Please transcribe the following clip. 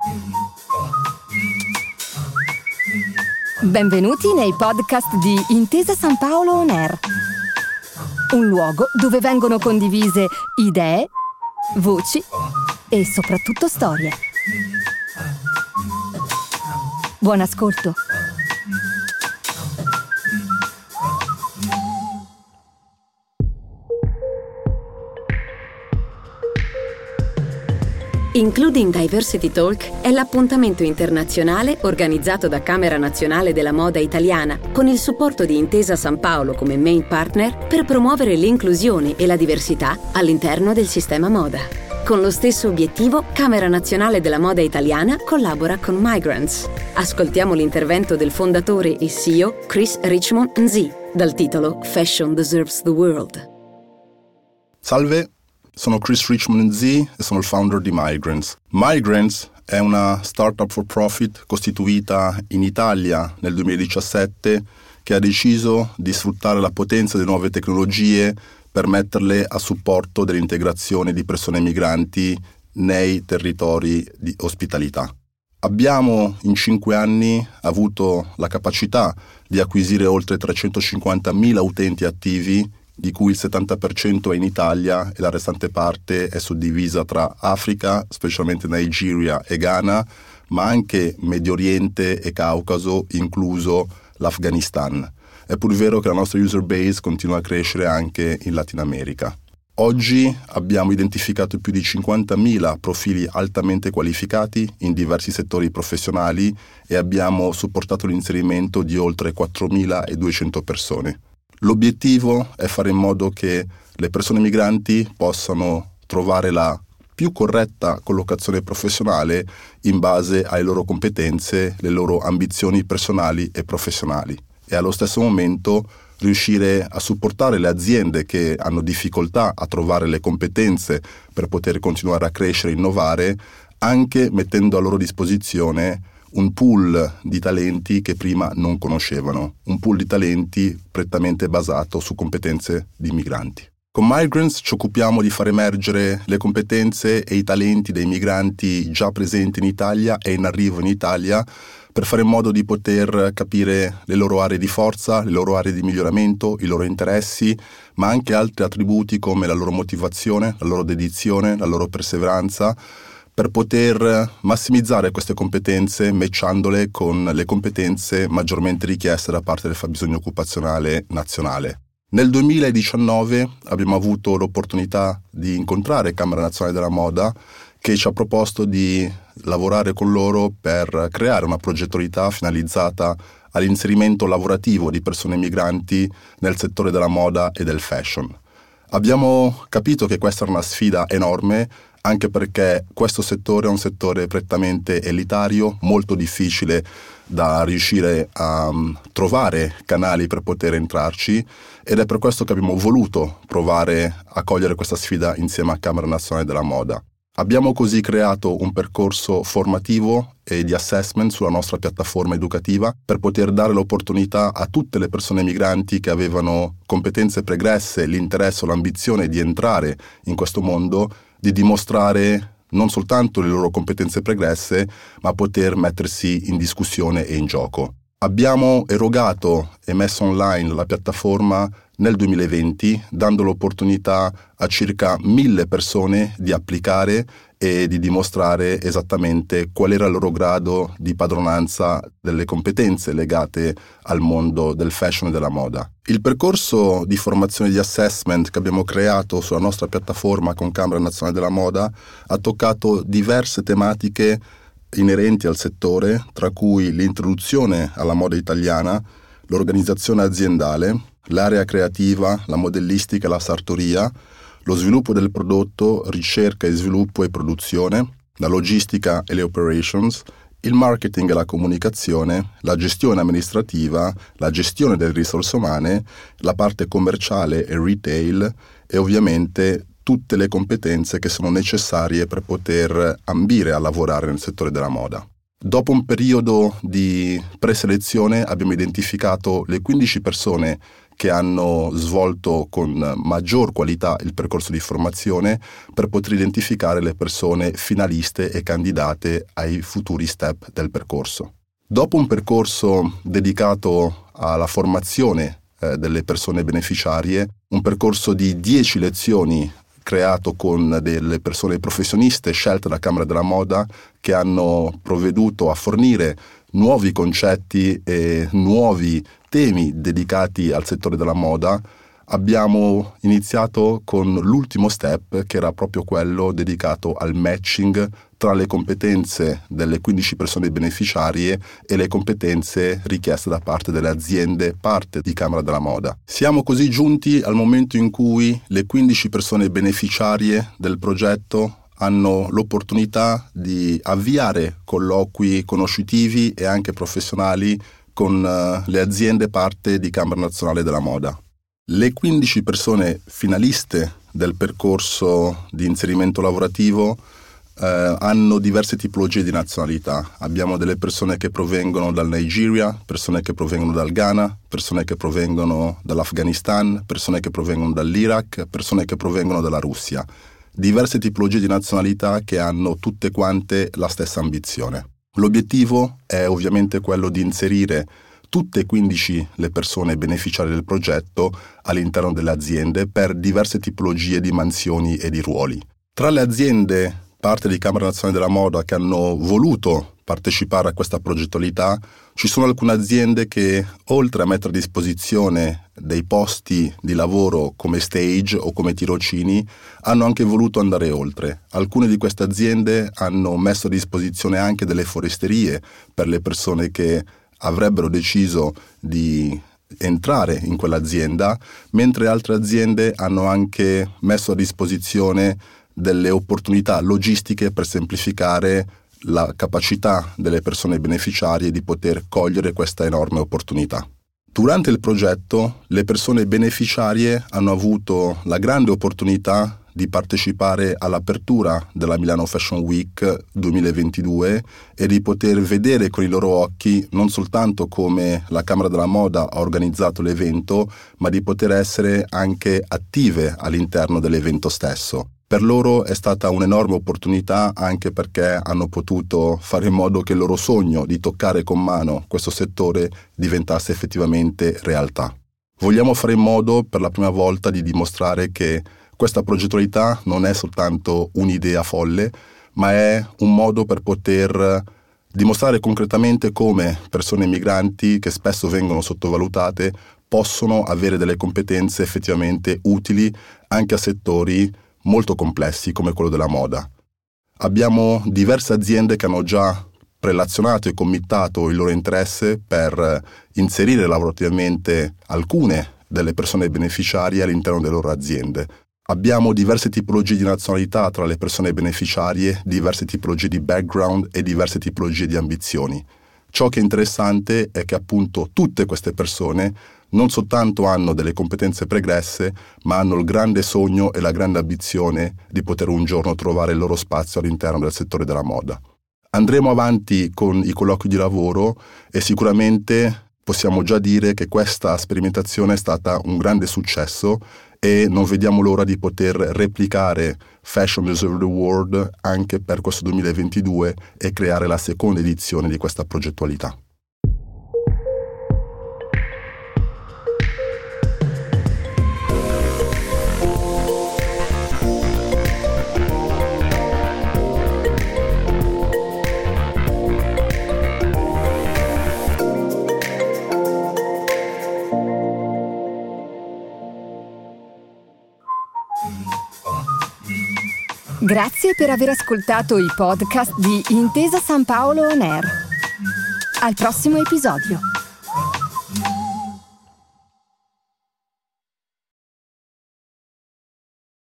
Benvenuti nei podcast di Intesa San Paolo On Air, un luogo dove vengono condivise idee, voci e soprattutto storie. Buon ascolto. Including Diversity Talk è l'appuntamento internazionale organizzato da Camera Nazionale della Moda Italiana con il supporto di Intesa San Paolo come main partner per promuovere l'inclusione e la diversità all'interno del sistema moda. Con lo stesso obiettivo, Camera Nazionale della Moda Italiana collabora con Migrants. Ascoltiamo l'intervento del fondatore e CEO Chris Richmond Nzi dal titolo Fashion Deserves the World. Salve, sono Chris Richmond Nzi e sono il founder di Migrants. Migrants è una startup for profit costituita in Italia nel 2017 che ha deciso di sfruttare la potenza delle nuove tecnologie per metterle a supporto dell'integrazione di persone migranti nei territori di ospitalità. Abbiamo in 5 anni avuto la capacità di acquisire oltre 350.000 utenti attivi, di cui il 70% è in Italia e la restante parte è suddivisa tra Africa, specialmente Nigeria e Ghana, ma anche Medio Oriente e Caucaso, incluso l'Afghanistan. È pur vero che la nostra user base continua a crescere anche in Latino America. Oggi abbiamo identificato più di 50.000 profili altamente qualificati in diversi settori professionali e abbiamo supportato l'inserimento di oltre 4.200 persone. L'obiettivo è fare in modo che le persone migranti possano trovare la più corretta collocazione professionale in base alle loro competenze, le loro ambizioni personali e professionali e allo stesso momento riuscire a supportare le aziende che hanno difficoltà a trovare le competenze per poter continuare a crescere e innovare, anche mettendo a loro disposizione un pool di talenti che prima non conoscevano, un pool di talenti prettamente basato su competenze di migranti. Con Migrants ci occupiamo di far emergere le competenze e i talenti dei migranti già presenti in Italia e in arrivo in Italia per fare in modo di poter capire le loro aree di forza, le loro aree di miglioramento, i loro interessi, ma anche altri attributi come la loro motivazione, la loro dedizione, la loro perseveranza, per poter massimizzare queste competenze matchandole con le competenze maggiormente richieste da parte del fabbisogno occupazionale nazionale. Nel 2019 abbiamo avuto l'opportunità di incontrare Camera Nazionale della Moda, che ci ha proposto di lavorare con loro per creare una progettualità finalizzata all'inserimento lavorativo di persone migranti nel settore della moda e del fashion. Abbiamo capito che questa era una sfida enorme, anche perché questo settore è un settore prettamente elitario, molto difficile da riuscire a trovare canali per poter entrarci, ed è per questo che abbiamo voluto provare a cogliere questa sfida insieme a Camera Nazionale della Moda. Abbiamo così creato un percorso formativo e di assessment sulla nostra piattaforma educativa per poter dare l'opportunità a tutte le persone migranti che avevano competenze pregresse, l'interesse o l'ambizione di entrare in questo mondo, di dimostrare non soltanto le loro competenze pregresse, ma poter mettersi in discussione e in gioco. Abbiamo erogato e messo online la piattaforma nel 2020, dando l'opportunità a circa 1.000 persone di applicare e di dimostrare esattamente qual era il loro grado di padronanza delle competenze legate al mondo del fashion e della moda. Il percorso di formazione di assessment che abbiamo creato sulla nostra piattaforma con Camera Nazionale della Moda ha toccato diverse tematiche inerenti al settore, tra cui l'introduzione alla moda italiana, l'organizzazione aziendale, l'area creativa, la modellistica e la sartoria, lo sviluppo del prodotto, ricerca e sviluppo e produzione, la logistica e le operations, il marketing e la comunicazione, la gestione amministrativa, la gestione delle risorse umane, la parte commerciale e retail e ovviamente tutte le competenze che sono necessarie per poter ambire a lavorare nel settore della moda. Dopo un periodo di preselezione abbiamo identificato le 15 persone che hanno svolto con maggior qualità il percorso di formazione per poter identificare le persone finaliste e candidate ai futuri step del percorso. Dopo un percorso dedicato alla formazione delle persone beneficiarie, un percorso di 10 lezioni creato con delle persone professioniste scelte dalla Camera della Moda che hanno provveduto a fornire nuovi concetti e nuovi temi dedicati al settore della moda, abbiamo iniziato con l'ultimo step, che era proprio quello dedicato al matching tra le competenze delle 15 persone beneficiarie e le competenze richieste da parte delle aziende parte di Camera della Moda. Siamo così giunti al momento in cui le 15 persone beneficiarie del progetto hanno l'opportunità di avviare colloqui conoscitivi e anche professionali con le aziende parte di Camera Nazionale della Moda. Le 15 persone finaliste del percorso di inserimento lavorativo hanno diverse tipologie di nazionalità. Abbiamo delle persone che provengono dal Nigeria, persone che provengono dal Ghana, persone che provengono dall'Afghanistan, persone che provengono dall'Iraq, persone che provengono dalla Russia. Diverse tipologie di nazionalità che hanno tutte quante la stessa ambizione. L'obiettivo è ovviamente quello di inserire tutte e 15 le persone beneficiarie del progetto all'interno delle aziende per diverse tipologie di mansioni e di ruoli. Tra le aziende parte di Camera Nazionale della Moda che hanno voluto partecipare a questa progettualità, ci sono alcune aziende che, oltre a mettere a disposizione dei posti di lavoro come stage o come tirocini, hanno anche voluto andare oltre. Alcune di queste aziende hanno messo a disposizione anche delle foresterie per le persone che avrebbero deciso di entrare in quell'azienda, mentre altre aziende hanno anche messo a disposizione delle opportunità logistiche per semplificare la capacità delle persone beneficiarie di poter cogliere questa enorme opportunità. Durante il progetto, le persone beneficiarie hanno avuto la grande opportunità di partecipare all'apertura della Milano Fashion Week 2022 e di poter vedere con i loro occhi non soltanto come la Camera della Moda ha organizzato l'evento, ma di poter essere anche attive all'interno dell'evento stesso. Per loro è stata un'enorme opportunità anche perché hanno potuto fare in modo che il loro sogno di toccare con mano questo settore diventasse effettivamente realtà. Vogliamo fare in modo per la prima volta di dimostrare che questa progettualità non è soltanto un'idea folle, ma è un modo per poter dimostrare concretamente come persone migranti, che spesso vengono sottovalutate, possono avere delle competenze effettivamente utili anche a settori molto complessi come quello della moda. Abbiamo diverse aziende che hanno già prelazionato e committato il loro interesse per inserire lavorativamente alcune delle persone beneficiarie all'interno delle loro aziende. Abbiamo diverse tipologie di nazionalità tra le persone beneficiarie, diverse tipologie di background e diverse tipologie di ambizioni. Ciò che è interessante è che appunto tutte queste persone non soltanto hanno delle competenze pregresse, ma hanno il grande sogno e la grande ambizione di poter un giorno trovare il loro spazio all'interno del settore della moda. Andremo avanti con i colloqui di lavoro e sicuramente possiamo già dire che questa sperimentazione è stata un grande successo e non vediamo l'ora di poter replicare Fashion Deserve the World anche per questo 2022 e creare la seconda edizione di questa progettualità. Grazie per aver ascoltato i podcast di Intesa San Paolo On Air. Al prossimo episodio.